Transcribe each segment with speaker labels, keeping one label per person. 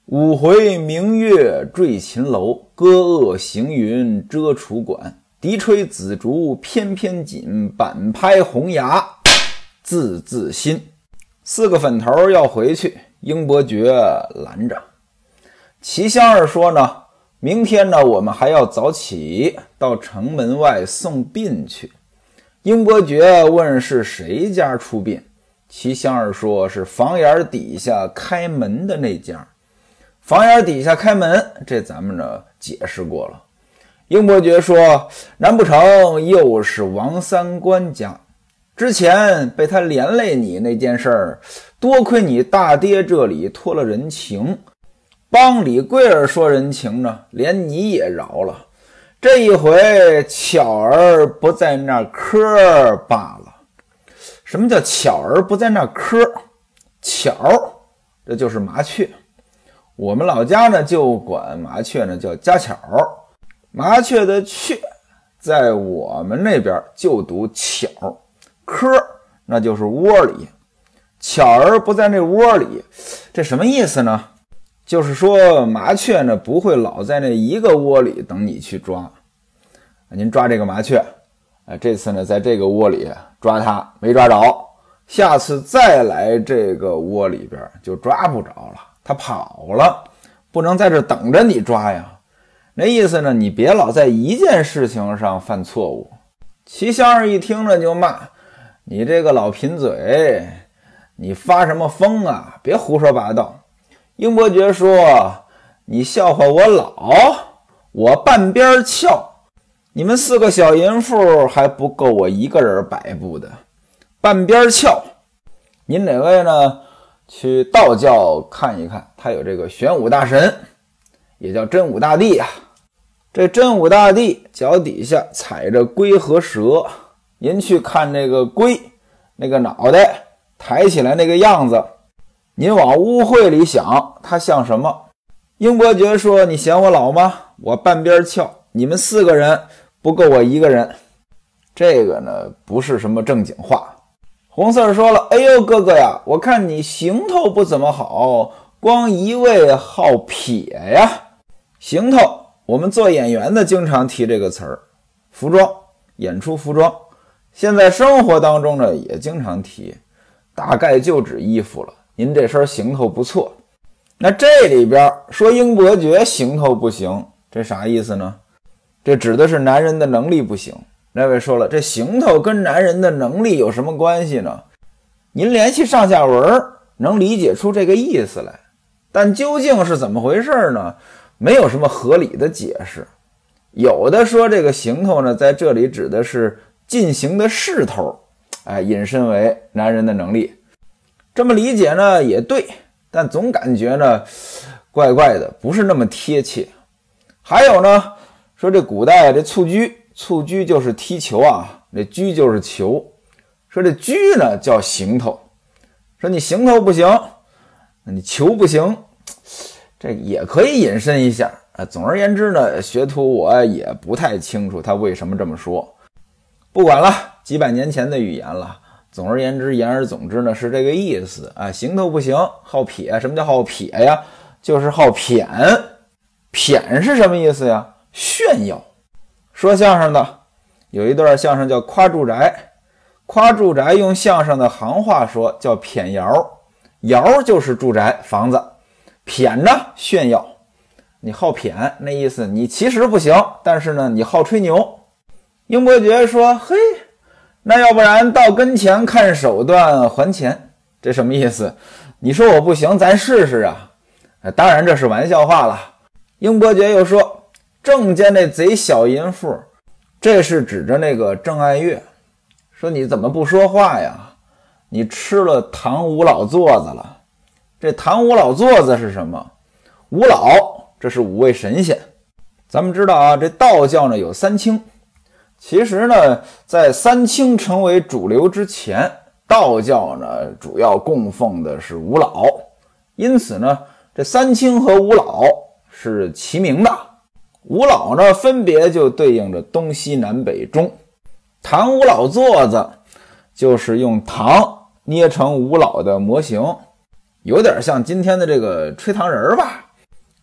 Speaker 1: 五回明月坠秦楼，歌恶行云遮楚馆。笛吹紫竹翩翩锦，板拍红牙字字新。四个粉头要回去，英伯爵拦着。齐香儿说呢，明天呢我们还要早起到城门外送殡去。英伯爵问是谁家出殡，齐香儿说是房檐底下开门的那家。房檐底下开门，这咱们呢解释过了。英伯爵说，难不成又是王三官家？之前被他连累你那件事儿，多亏你大爹这里托了人情，帮李贵儿说人情呢，连你也饶了。这一回巧儿不在那科罢了。什么叫巧儿不在那科？巧，这就是麻雀。我们老家呢就管麻雀呢叫家巧，麻雀的雀在我们那边就读巧，科那就是窝里，巧儿不在那窝里，这什么意思呢？就是说麻雀呢不会老在那一个窝里等你去抓。您抓这个麻雀，这次呢在这个窝里抓它没抓着，下次再来这个窝里边就抓不着了，它跑了，不能在这等着你抓呀。那意思呢，你别老在一件事情上犯错误。齐香儿一听呢就骂，你这个老贫嘴，你发什么疯啊，别胡说八道。英伯爵说，你笑话我老，我半边翘，你们四个小淫妇还不够我一个人摆布的。半边翘，您哪位呢去道教看一看，他有这个玄武大神，也叫真武大帝啊。这真武大帝脚底下踩着龟和蛇，您去看那个龟，那个脑袋抬起来那个样子，您往污秽里想，它像什么？英伯爵说，你嫌我老吗？我半边翘，你们四个人不够我一个人。这个呢不是什么正经话。红四儿说了，哎呦哥哥呀，我看你行头不怎么好，光一味好撇呀。行头我们做演员的经常提这个词儿，服装，演出服装，现在生活当中呢也经常提，大概就指衣服了。您这身行头不错。那这里边说英伯爵行头不行，这啥意思呢？这指的是男人的能力不行。那位说了，这行头跟男人的能力有什么关系呢？您联系上下文能理解出这个意思来，但究竟是怎么回事呢？没有什么合理的解释。有的说这个行头呢在这里指的是进行的势头，引申为男人的能力。这么理解呢也对，但总感觉呢怪怪的，不是那么贴切。还有呢说这古代这蹴鞠就是踢球啊，这鞠就是球，说这鞠呢叫行头，说你行头不行，你球不行，这也可以引申一下。总而言之呢，学徒我也不太清楚他为什么这么说，不管了，几百年前的语言了。总而言之，言而总之呢是这个意思啊，行头不行，好撇。什么叫好撇呀？就是好谝。谝是什么意思呀？炫耀。说相声的有一段相声叫夸住宅，夸住宅用相声的行话说叫谝窑，窑就是住宅房子，谝呢炫耀。你好谝那意思你其实不行，但是呢你好吹牛。英伯爵说，嘿，那要不然到跟前看手段还钱，这什么意思？你说我不行，咱试试啊。当然这是玩笑话了。英伯爵又说，郑家那贼小淫妇，这是指着那个郑爱月，说你怎么不说话呀？你吃了唐五老座子了。这唐五老座子是什么？五老，这是五位神仙。咱们知道啊，这道教呢有三清。其实呢在三清成为主流之前，道教呢主要供奉的是五老，因此呢这三清和五老是齐名的。五老呢分别就对应着东西南北中。唐五老座子就是用糖捏成五老的模型，有点像今天的这个吹糖人吧。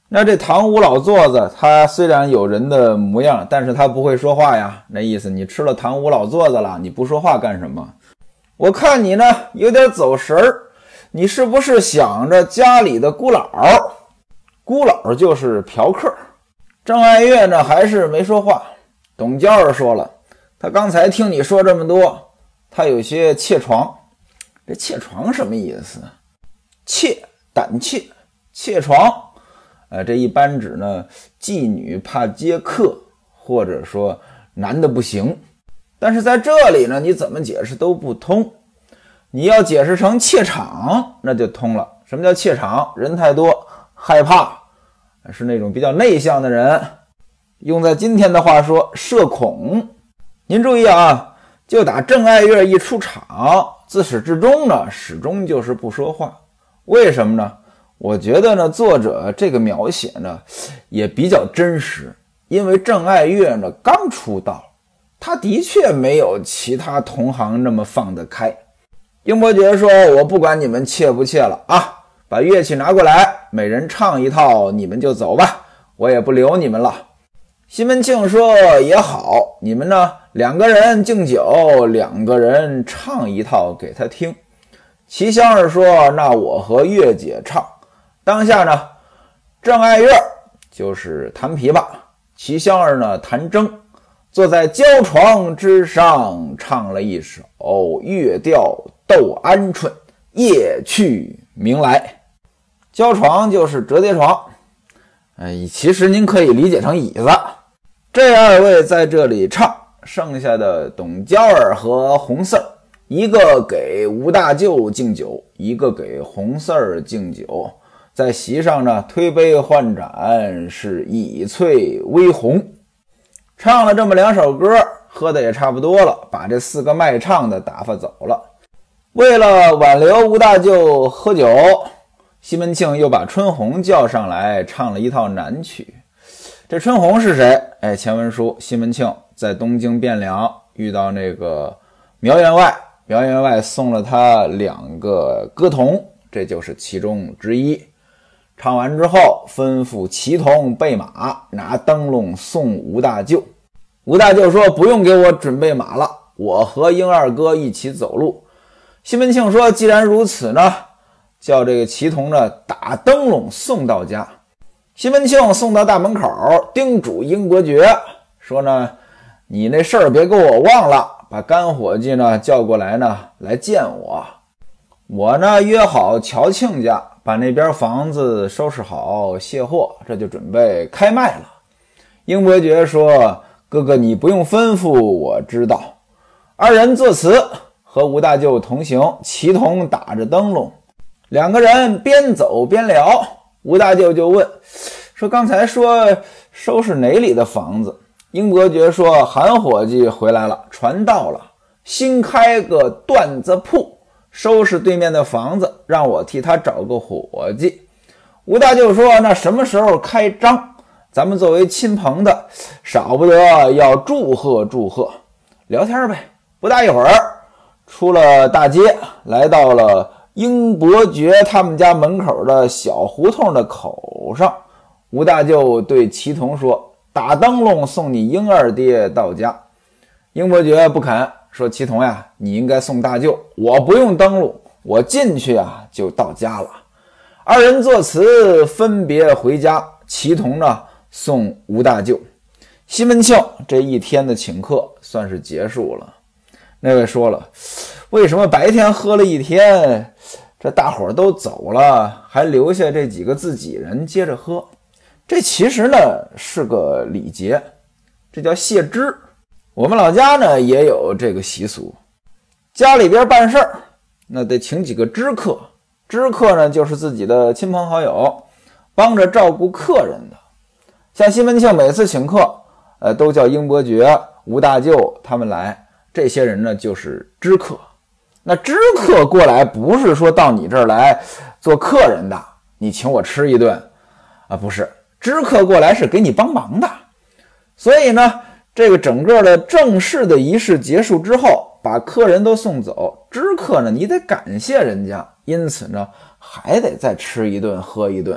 Speaker 1: 那这唐吴老座子，他虽然有人的模样，但是他不会说话呀。那意思你吃了唐吴老座子了，你不说话干什么？我看你呢有点走神儿，你是不是想着家里的孤老？孤老就是嫖客。郑爱月呢还是没说话。董娇儿说了，他刚才听你说这么多，他有些怯床。这怯床什么意思？怯，胆怯，怯床。这一般指呢妓女怕接客，或者说男的不行。但是在这里呢，你怎么解释都不通。你要解释成怯场，那就通了。什么叫怯场？人太多，害怕，是那种比较内向的人。用在今天的话说，社恐。您注意啊，就打郑爱月一出场，自始至终呢，始终就是不说话。为什么呢？我觉得呢，作者这个描写呢，也比较真实。因为郑爱月呢刚出道，他的确没有其他同行那么放得开。英伯爵说，我不管你们怯不怯了啊，把乐器拿过来，每人唱一套，你们就走吧，我也不留你们了。西门庆说，也好，你们呢2个人敬酒，2个人唱一套给他听。齐香儿说，那我和月姐唱。当下呢，郑爱月就是弹琵琶，齐香儿呢弹筝，坐在胶床之上唱了一首乐调斗鹌鹑，夜去明来。胶床就是折叠床，其实您可以理解成椅子。这2位在这里唱，剩下的董娇儿和红四儿，一个给吴大舅敬酒，一个给红四儿敬酒，在席上呢推杯换盏，是以翠微红。唱了这么2首歌，喝的也差不多了，把这4个卖唱的打发走了。为了挽留吴大舅喝酒，西门庆又把春红叫上来唱了一套南曲。这春红是谁？前文书西门庆在东京汴梁遇到那个苗员外，苗员外送了他2个歌童，这就是其中之一。唱完之后吩咐齐同备马，拿灯笼送吴大舅。吴大舅说，不用给我准备马了，我和英二哥一起走路。西门庆说，既然如此呢，叫这个齐同呢打灯笼送到家。西门庆送到大门口，叮嘱英伯爵说呢，你那事儿别给我忘了，把干伙计呢叫过来呢来见我。我呢约好乔庆家，把那边房子收拾好卸货，这就准备开卖了。英伯爵说，哥哥你不用吩咐，我知道。2人作辞，和吴大舅同行，齐同打着灯笼，2个人边走边聊。吴大舅就问说，刚才说收拾哪里的房子？英伯爵说，韩伙计回来了，传到了，新开个缎子铺，收拾对面的房子，让我替他找个伙计。吴大舅说，那什么时候开张？咱们作为亲朋的，少不得要祝贺祝贺。聊天呗。不大一会儿，出了大街，来到了英伯爵他们家门口的小胡同的口上。吴大舅对齐同说，打灯笼送你英二爹到家。英伯爵不肯，说，齐同呀，你应该送大舅，我不用灯笼，我进去啊就到家了。2人作辞，分别回家。齐同呢送吴大舅。西门庆这一天的请客算是结束了。那位说了，为什么白天喝了一天，这大伙都走了，还留下这几个自己人接着喝？这其实呢是个礼节，这叫谢知。我们老家呢也有这个习俗，家里边办事儿，那得请几个知客。知客呢就是自己的亲朋好友，帮着照顾客人的。像西门庆每次请客，都叫英伯爵、吴大舅他们来，这些人呢就是知客。那知客过来不是说到你这儿来做客人的，你请我吃一顿啊，不是，知客过来是给你帮忙的。所以呢，这个整个的正式的仪式结束之后，把客人都送走，知客呢你得感谢人家，因此呢还得再吃一顿喝一顿，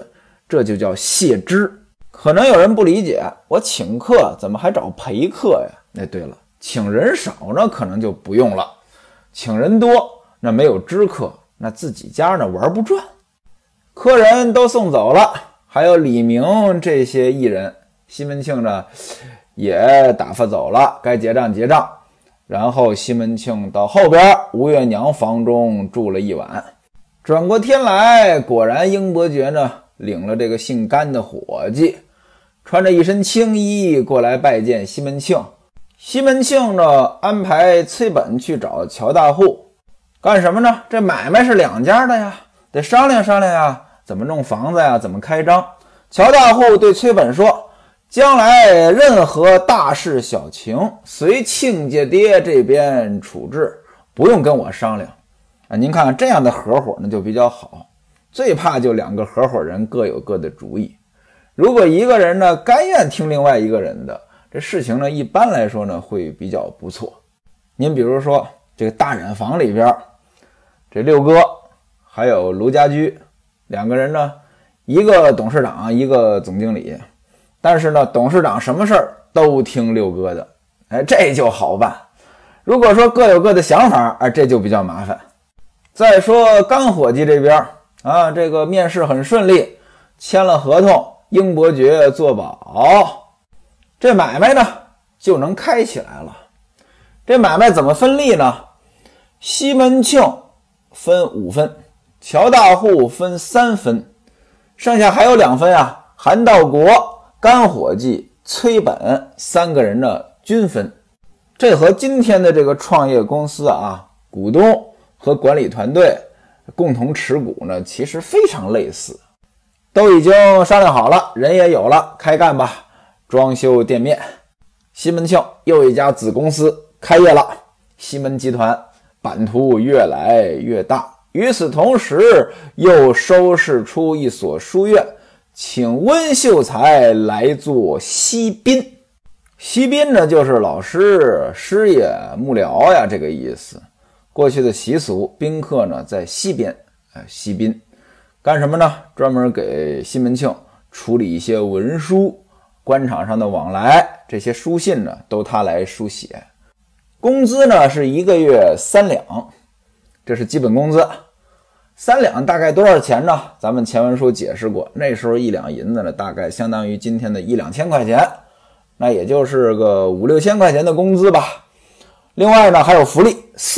Speaker 1: 这就叫谢知。可能有人不理解，我请客怎么还找陪客呀？对了，请人少呢可能就不用了，请人多那没有知客，那自己家呢玩不转。客人都送走了，还有李明这些艺人，西门庆呢也打发走了，该结账结账。然后西门庆到后边吴月娘房中住了一晚。转过天来，果然英伯爵呢领了这个姓甘的伙计，穿着一身青衣过来拜见西门庆。西门庆呢安排崔本去找乔大户，干什么呢？这买卖是两家的呀，得商量商量呀，怎么弄房子呀，怎么开张。乔大户对崔本说，将来任何大事小情随亲家爹这边处置，不用跟我商量您看看这样的合伙呢就比较好，最怕就两个合伙人各有各的主意。如果一个人呢甘愿听另外一个人的，这事情呢一般来说呢会比较不错。您比如说这个大染坊里边，这六哥还有卢家驹两个人呢，一个董事长一个总经理，但是呢董事长什么事儿都听六哥的，这就好办。如果说各有各的想法，这就比较麻烦。再说甘伙计这边这个面试很顺利，签了合同，英伯爵做保，这买卖呢就能开起来了。这买卖怎么分利呢？西门庆分5分，乔大户分3分，剩下还有2分韩道国、甘伙计、崔本3个人的均分。这和今天的这个创业公司股东和管理团队共同持股呢，其实非常类似。都已经商量好了，人也有了，开干吧。装修店面，西门庆又一家子公司开业了，西门集团版图越来越大。与此同时又收拾出一所书院，请温秀才来做西宾。西宾呢就是老师、师爷、幕僚呀，这个意思。过去的习俗，宾客呢在西边，西宾干什么呢？专门给西门庆处理一些文书，官场上的往来，这些书信呢都他来书写。工资呢是1个月3两，这是基本工资。3两大概多少钱呢？咱们前文书解释过，那时候1两银子呢大概相当于今天的1-2千块钱，那也就是个5-6千块钱的工资吧。另外呢还有福利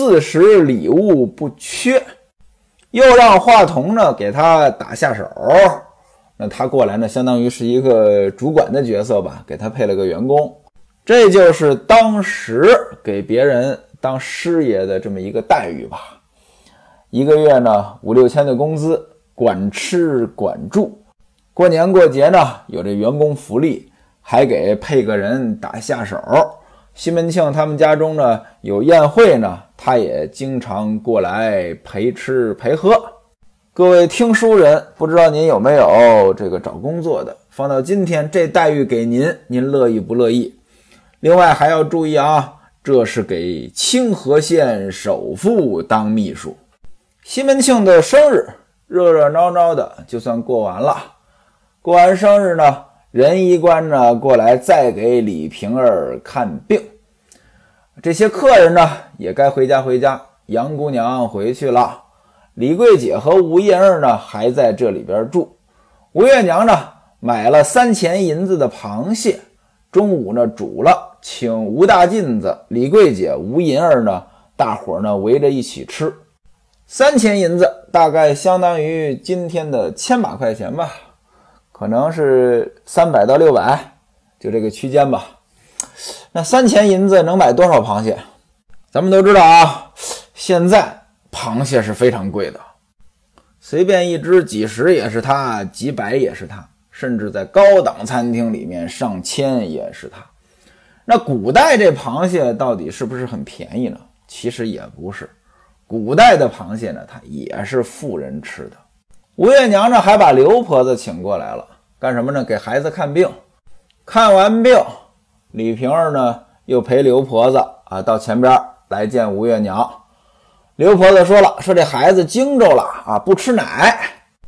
Speaker 1: ，40礼物不缺，又让华佗呢给他打下手，那他过来呢相当于是一个主管的角色吧，给他配了个员工。这就是当时给别人当师爷的这么一个待遇吧。1个月呢5-6千的工资，管吃管住，过年过节呢有这员工福利，还给配个人打下手。西门庆他们家中呢有宴会呢，他也经常过来陪吃陪喝。各位听书人，不知道您有没有这个找工作的，放到今天这待遇给您，您乐意不乐意？另外还要注意这是给清河县首富当秘书。西门庆的生日热热闹闹的就算过完了，过完生日呢，仁医官呢过来再给李瓶儿看病。这些客人呢也该回家回家，杨姑娘回去了，李桂姐和吴燕儿呢还在这里边住。吴月娘呢买了3钱银子的螃蟹，中午呢煮了，请吴大妗子、李桂姐、吴银儿呢大伙呢围着一起吃。3钱银子大概相当于今天的1000把块钱吧，可能是300到600，就这个区间吧。那3钱银子能买多少螃蟹？咱们都知道现在螃蟹是非常贵的，随便一只几十也是它，几百也是它，甚至在高档餐厅里面上千也是它。那古代这螃蟹到底是不是很便宜呢？其实也不是，古代的螃蟹呢它也是富人吃的。吴月娘呢还把刘婆子请过来了，干什么呢？给孩子看病。看完病，李瓶儿呢又陪刘婆子到前边来见吴月娘。刘婆子说了，说这孩子惊着了不吃奶。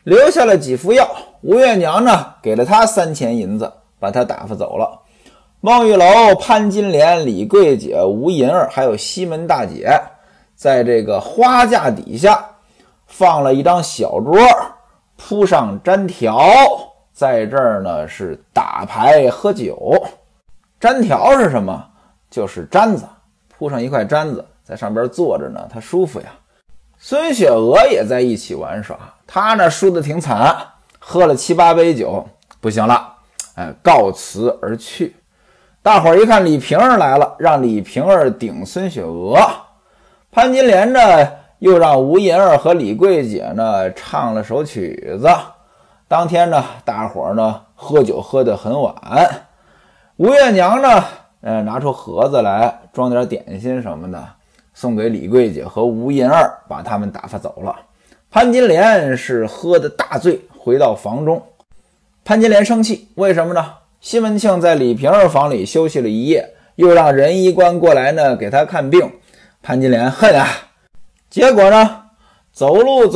Speaker 1: 留下了几副药。吴月娘呢，给了他3000银子，把他打发走了。孟玉楼、潘金莲、李桂姐、吴银儿还有西门大姐，在这个花架底下放了一张小桌，铺上毡条，在这儿呢是打牌喝酒。毡条是什么？就是毡子，铺上一块毡子，在上边坐着呢，他舒服呀。孙雪娥也在一起玩耍，他呢输得挺惨，喝了7、8杯酒，不行了，告辞而去。大伙儿一看李瓶儿来了，让李瓶儿顶孙雪娥。潘金莲呢，又让吴银儿和李桂姐呢唱了首曲子。当天呢，大伙儿呢喝酒喝得很晚。吴月娘呢，拿出盒子来装点点心什么的，送给李桂姐和吴银儿，把他们打发走了。潘金莲是喝得大醉，回到房中。潘金莲生气，为什么呢？西门庆在李瓶儿房里休息了一夜，又让仁医官过来呢给他看病。潘金莲恨啊，结果呢走路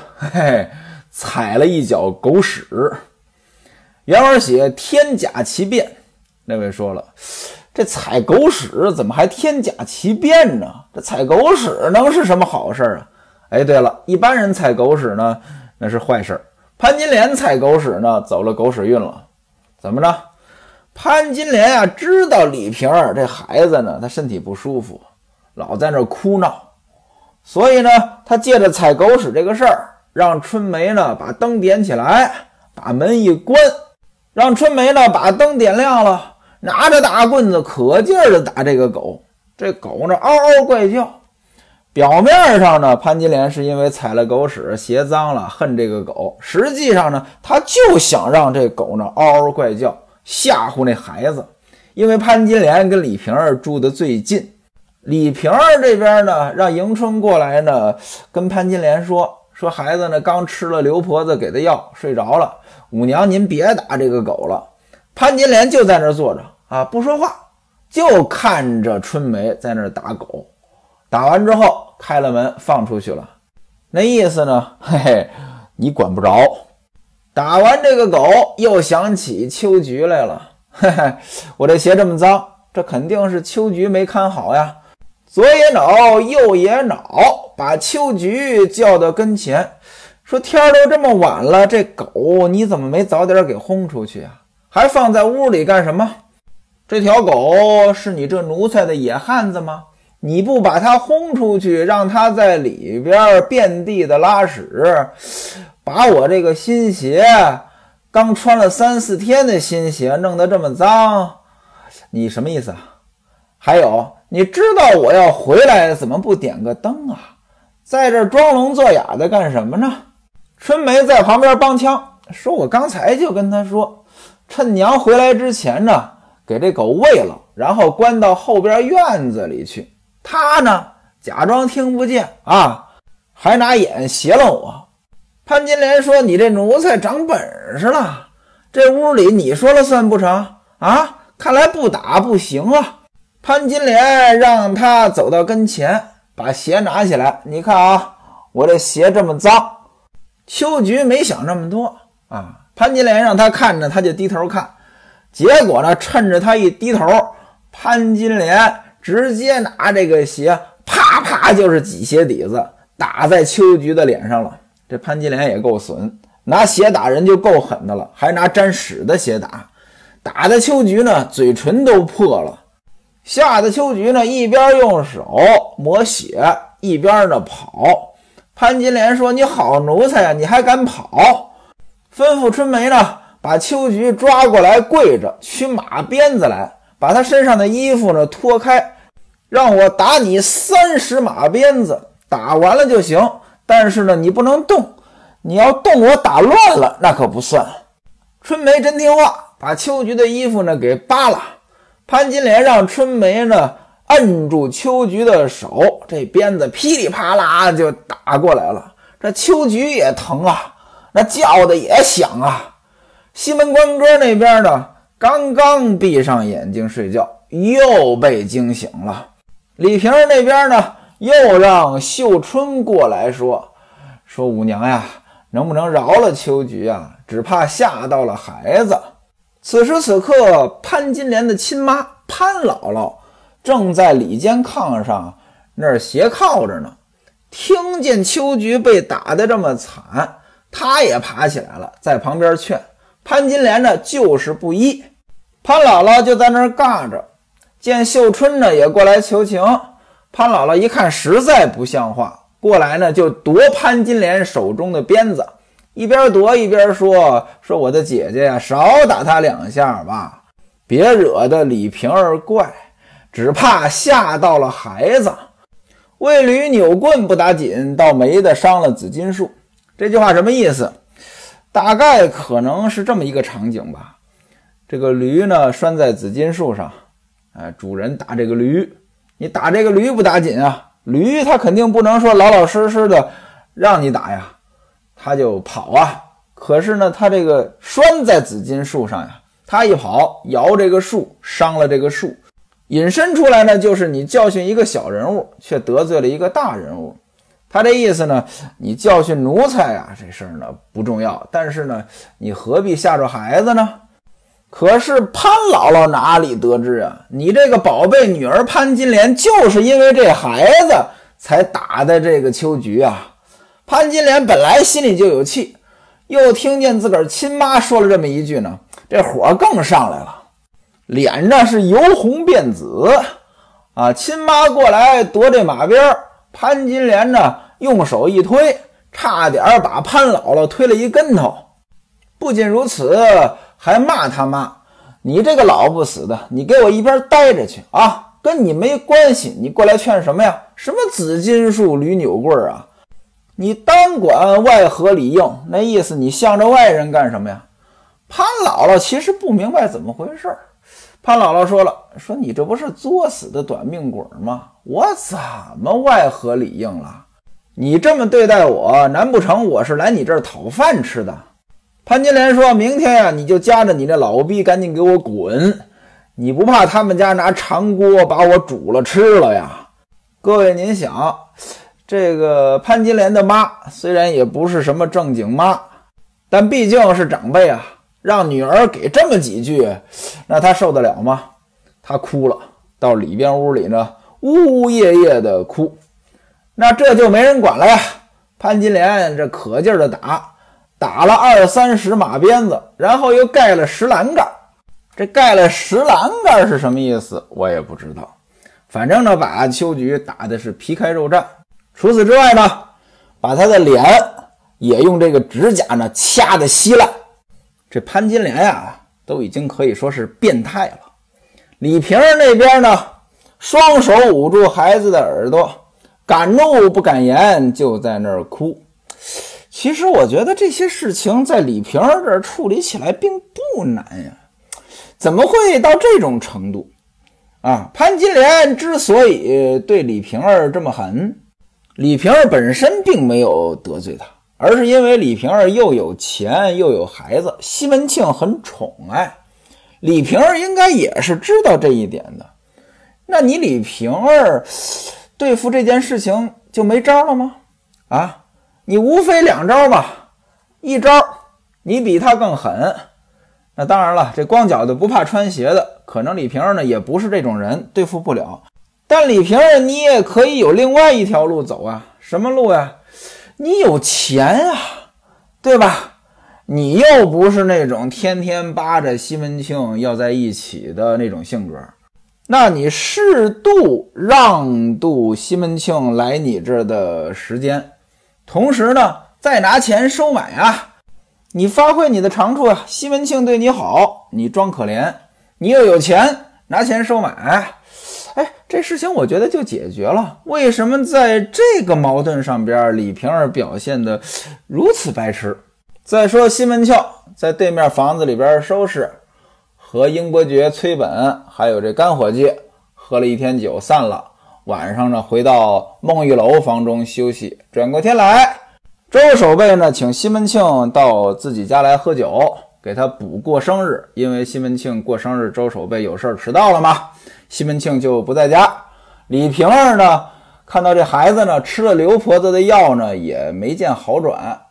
Speaker 1: 踩了一脚狗屎。原文写天甲奇变，那位说了，这踩狗屎怎么还天甲奇变呢？这踩狗屎能是什么好事啊？对了，一般人踩狗屎呢那是坏事，潘金莲踩狗屎呢走了狗屎运了。怎么着？潘金莲啊，知道李瓶儿这孩子呢他身体不舒服，老在那哭闹，所以呢他借着踩狗屎这个事儿，让春梅呢把灯点起来，把门一关，让春梅呢把灯点亮了，拿着大棍子可劲儿的打这个狗。这狗呢嗷嗷怪叫。表面上呢，潘金莲是因为踩了狗屎鞋脏了恨这个狗，实际上呢他就想让这狗呢嗷嗷怪叫，吓唬那孩子。因为潘金莲跟李瓶儿住得最近，李瓶儿这边呢让迎春过来呢跟潘金莲说孩子呢刚吃了刘婆子给的药睡着了，五娘您别打这个狗了。潘金莲就在那儿坐着啊，不说话，就看着春梅在那儿打狗。打完之后开了门放出去了，那意思呢，你管不着。打完这个狗又想起秋菊来了，我这鞋这么脏，这肯定是秋菊没看好呀。左也恼右也恼，把秋菊叫到跟前，说天都这么晚了，这狗你怎么没早点给轰出去啊？还放在屋里干什么？这条狗是你这奴才的野汉子吗？你不把它轰出去，让它在里边遍地的拉屎，把我这个新鞋刚穿了3、4天的新鞋弄得这么脏，你什么意思啊？还有，你知道我要回来，怎么不点个灯啊？在这装聋作哑的干什么呢？春梅在旁边帮腔，说我刚才就跟他说，趁娘回来之前呢，给这狗喂了，然后关到后边院子里去。他呢假装听不见啊，还拿眼斜了我。潘金莲说，你这奴才长本事了，这屋里你说了算不成啊？看来不打不行啊。潘金莲让他走到跟前，把鞋拿起来，你看啊，我这鞋这么脏。秋菊没想这么多啊，潘金莲让他看着，他就低头看，结果呢趁着他一低头，潘金莲直接拿这个鞋啪啪就是几鞋底子打在秋菊的脸上了。这潘金莲也够损，拿鞋打人就够狠的了，还拿沾屎的鞋打，打的秋菊呢嘴唇都破了，吓得秋菊呢一边用手抹血一边呢跑。潘金莲说，你好奴才呀，你还敢跑？吩咐春梅呢把秋菊抓过来跪着，取马鞭子来，把他身上的衣服呢脱开，让我打你30马鞭子，打完了就行，但是呢你不能动，你要动我打乱了那可不算。春梅真听话，把秋菊的衣服呢给扒了。潘金莲让春梅呢摁住秋菊的手，这鞭子噼里啪啦就打过来了。这秋菊也疼啊，那叫的也响啊。西门官哥那边呢刚刚闭上眼睛睡觉，又被惊醒了。李瓶儿那边呢又让秀春过来说五娘呀， 能不能饶了秋菊啊？只怕吓到了孩子。此时此刻，潘金莲的亲妈潘姥姥正在里间炕上那儿斜靠着呢，听见秋菊被打得这么惨，她也爬起来了，在旁边劝。潘金莲呢就是不依，潘姥姥就在那儿尬着。见秀春呢也过来求情，潘姥姥一看实在不像话，过来呢就夺潘金莲手中的鞭子，一边夺一边说我的姐姐呀，少打她2下吧，别惹得李瓶儿怪，只怕吓到了孩子。为驴扭棍不打紧，倒没的伤了紫金树。这句话什么意思？大概可能是这么一个场景吧。这个驴呢拴在紫金树上，主人打这个驴，你打这个驴不打紧啊，驴它肯定不能说老老实实的让你打呀，它就跑啊。可是呢，它这个拴在紫金树上呀，它一跑摇这个树，伤了这个树。引申出来呢，就是你教训一个小人物，却得罪了一个大人物。他这意思呢，你教训奴才啊，这事儿呢不重要，但是呢，你何必吓着孩子呢？可是潘姥姥哪里得知啊？你这个宝贝女儿潘金莲就是因为这孩子才打的这个秋菊啊。潘金莲本来心里就有气，又听见自个儿亲妈说了这么一句呢，这火更上来了。脸上是由红变紫啊！亲妈过来夺这马鞭，潘金莲呢用手一推，差点把潘姥姥推了一跟头。不仅如此，还骂他妈：“你这个老不死的，你给我一边待着去啊！跟你没关系，你过来劝什么呀？什么紫金树驴扭棍啊？你单管外合里应，那意思你向着外人干什么呀？”潘姥姥其实不明白怎么回事。潘姥姥说了，说你这不是作死的短命鬼吗？我怎么外合里应了？你这么对待我，难不成我是来你这儿讨饭吃的？潘金莲说，明天呀，你就夹着你这老逼赶紧给我滚，你不怕他们家拿长锅把我煮了吃了呀？各位您想，这个潘金莲的妈虽然也不是什么正经妈，但毕竟是长辈啊，让女儿给这么几句，那她受得了吗？她哭了，到里边屋里呢呜呜咽咽的哭。那这就没人管了呀。潘金莲这可劲儿的打了20-30马鞭子，然后又盖了10栏杆。这盖了10栏杆是什么意思我也不知道，反正呢把秋菊打的是皮开肉绽。除此之外呢，把她的脸也用这个指甲呢掐得稀烂。这潘金莲呀都已经可以说是变态了。李瓶儿那边呢，双手捂住孩子的耳朵，敢怒不敢言，就在那儿哭。其实我觉得这些事情在李瓶儿这儿处理起来并不难呀，怎么会到这种程度啊？潘金莲之所以对李瓶儿这么狠，李瓶儿本身并没有得罪他，而是因为李瓶儿又有钱又有孩子，西门庆很宠爱，李瓶儿应该也是知道这一点的。那你李瓶儿对付这件事情就没招了吗？啊，你无非2招嘛，一招你比他更狠。那当然了，这光脚的不怕穿鞋的，可能李瓶儿呢也不是这种人，对付不了。但李瓶儿你也可以有另外一条路走啊。什么路呀？你有钱啊，对吧？你又不是那种天天扒着西门庆要在一起的那种性格，那你适度让渡西门庆来你这儿的时间，同时呢再拿钱收买啊，你发挥你的长处啊。西门庆对你好，你装可怜，你又有钱，拿钱收买，这事情我觉得就解决了。为什么在这个矛盾上边李瓶儿表现得如此白痴？再说西门庆在对面房子里边收拾，和英伯爵、崔本还有这干伙计喝了一天酒散了，晚上呢回到孟玉楼房中休息。转过天来，周守备呢请西门庆到自己家来喝酒，给他补过生日，因为西门庆过生日周守备有事迟到了嘛，西门庆就不在家。李瓶儿呢看到这孩子呢吃了刘婆子的药呢也没见好转，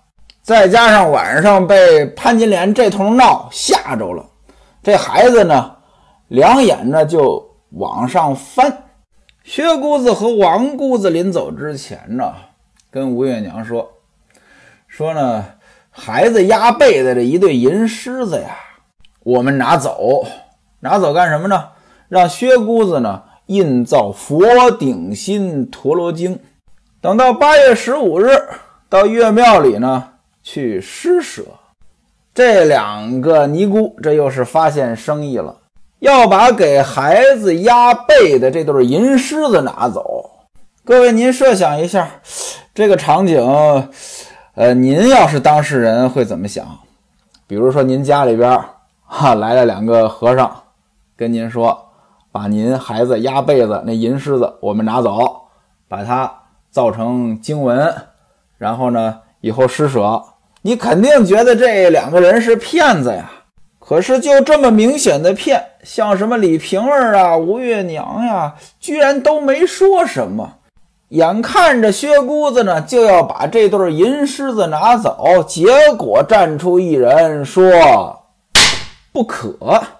Speaker 1: 再加上晚上被潘金莲这头闹吓着了，这孩子呢两眼呢就往上翻。薛姑子和王姑子临走之前呢，跟吴月娘说呢，孩子压背的这一对银狮子呀，我们拿走干什么呢？让薛姑子呢印造佛顶心陀罗经，等到8月15日到岳庙里呢去施舍。这两个尼姑这又是发现生意了，要把给孩子压背的这对银狮子拿走。各位您设想一下这个场景，您要是当事人会怎么想？比如说您家里边来了2个和尚跟您说，把您孩子压背子那银狮子我们拿走，把它造成经文，然后呢以后施舍，你肯定觉得这2个人是骗子呀。可是就这么明显的骗，像什么李瓶儿啊、吴月娘呀，居然都没说什么。眼看着薛姑子呢就要把这对银狮子拿走，结果站出一人说不可。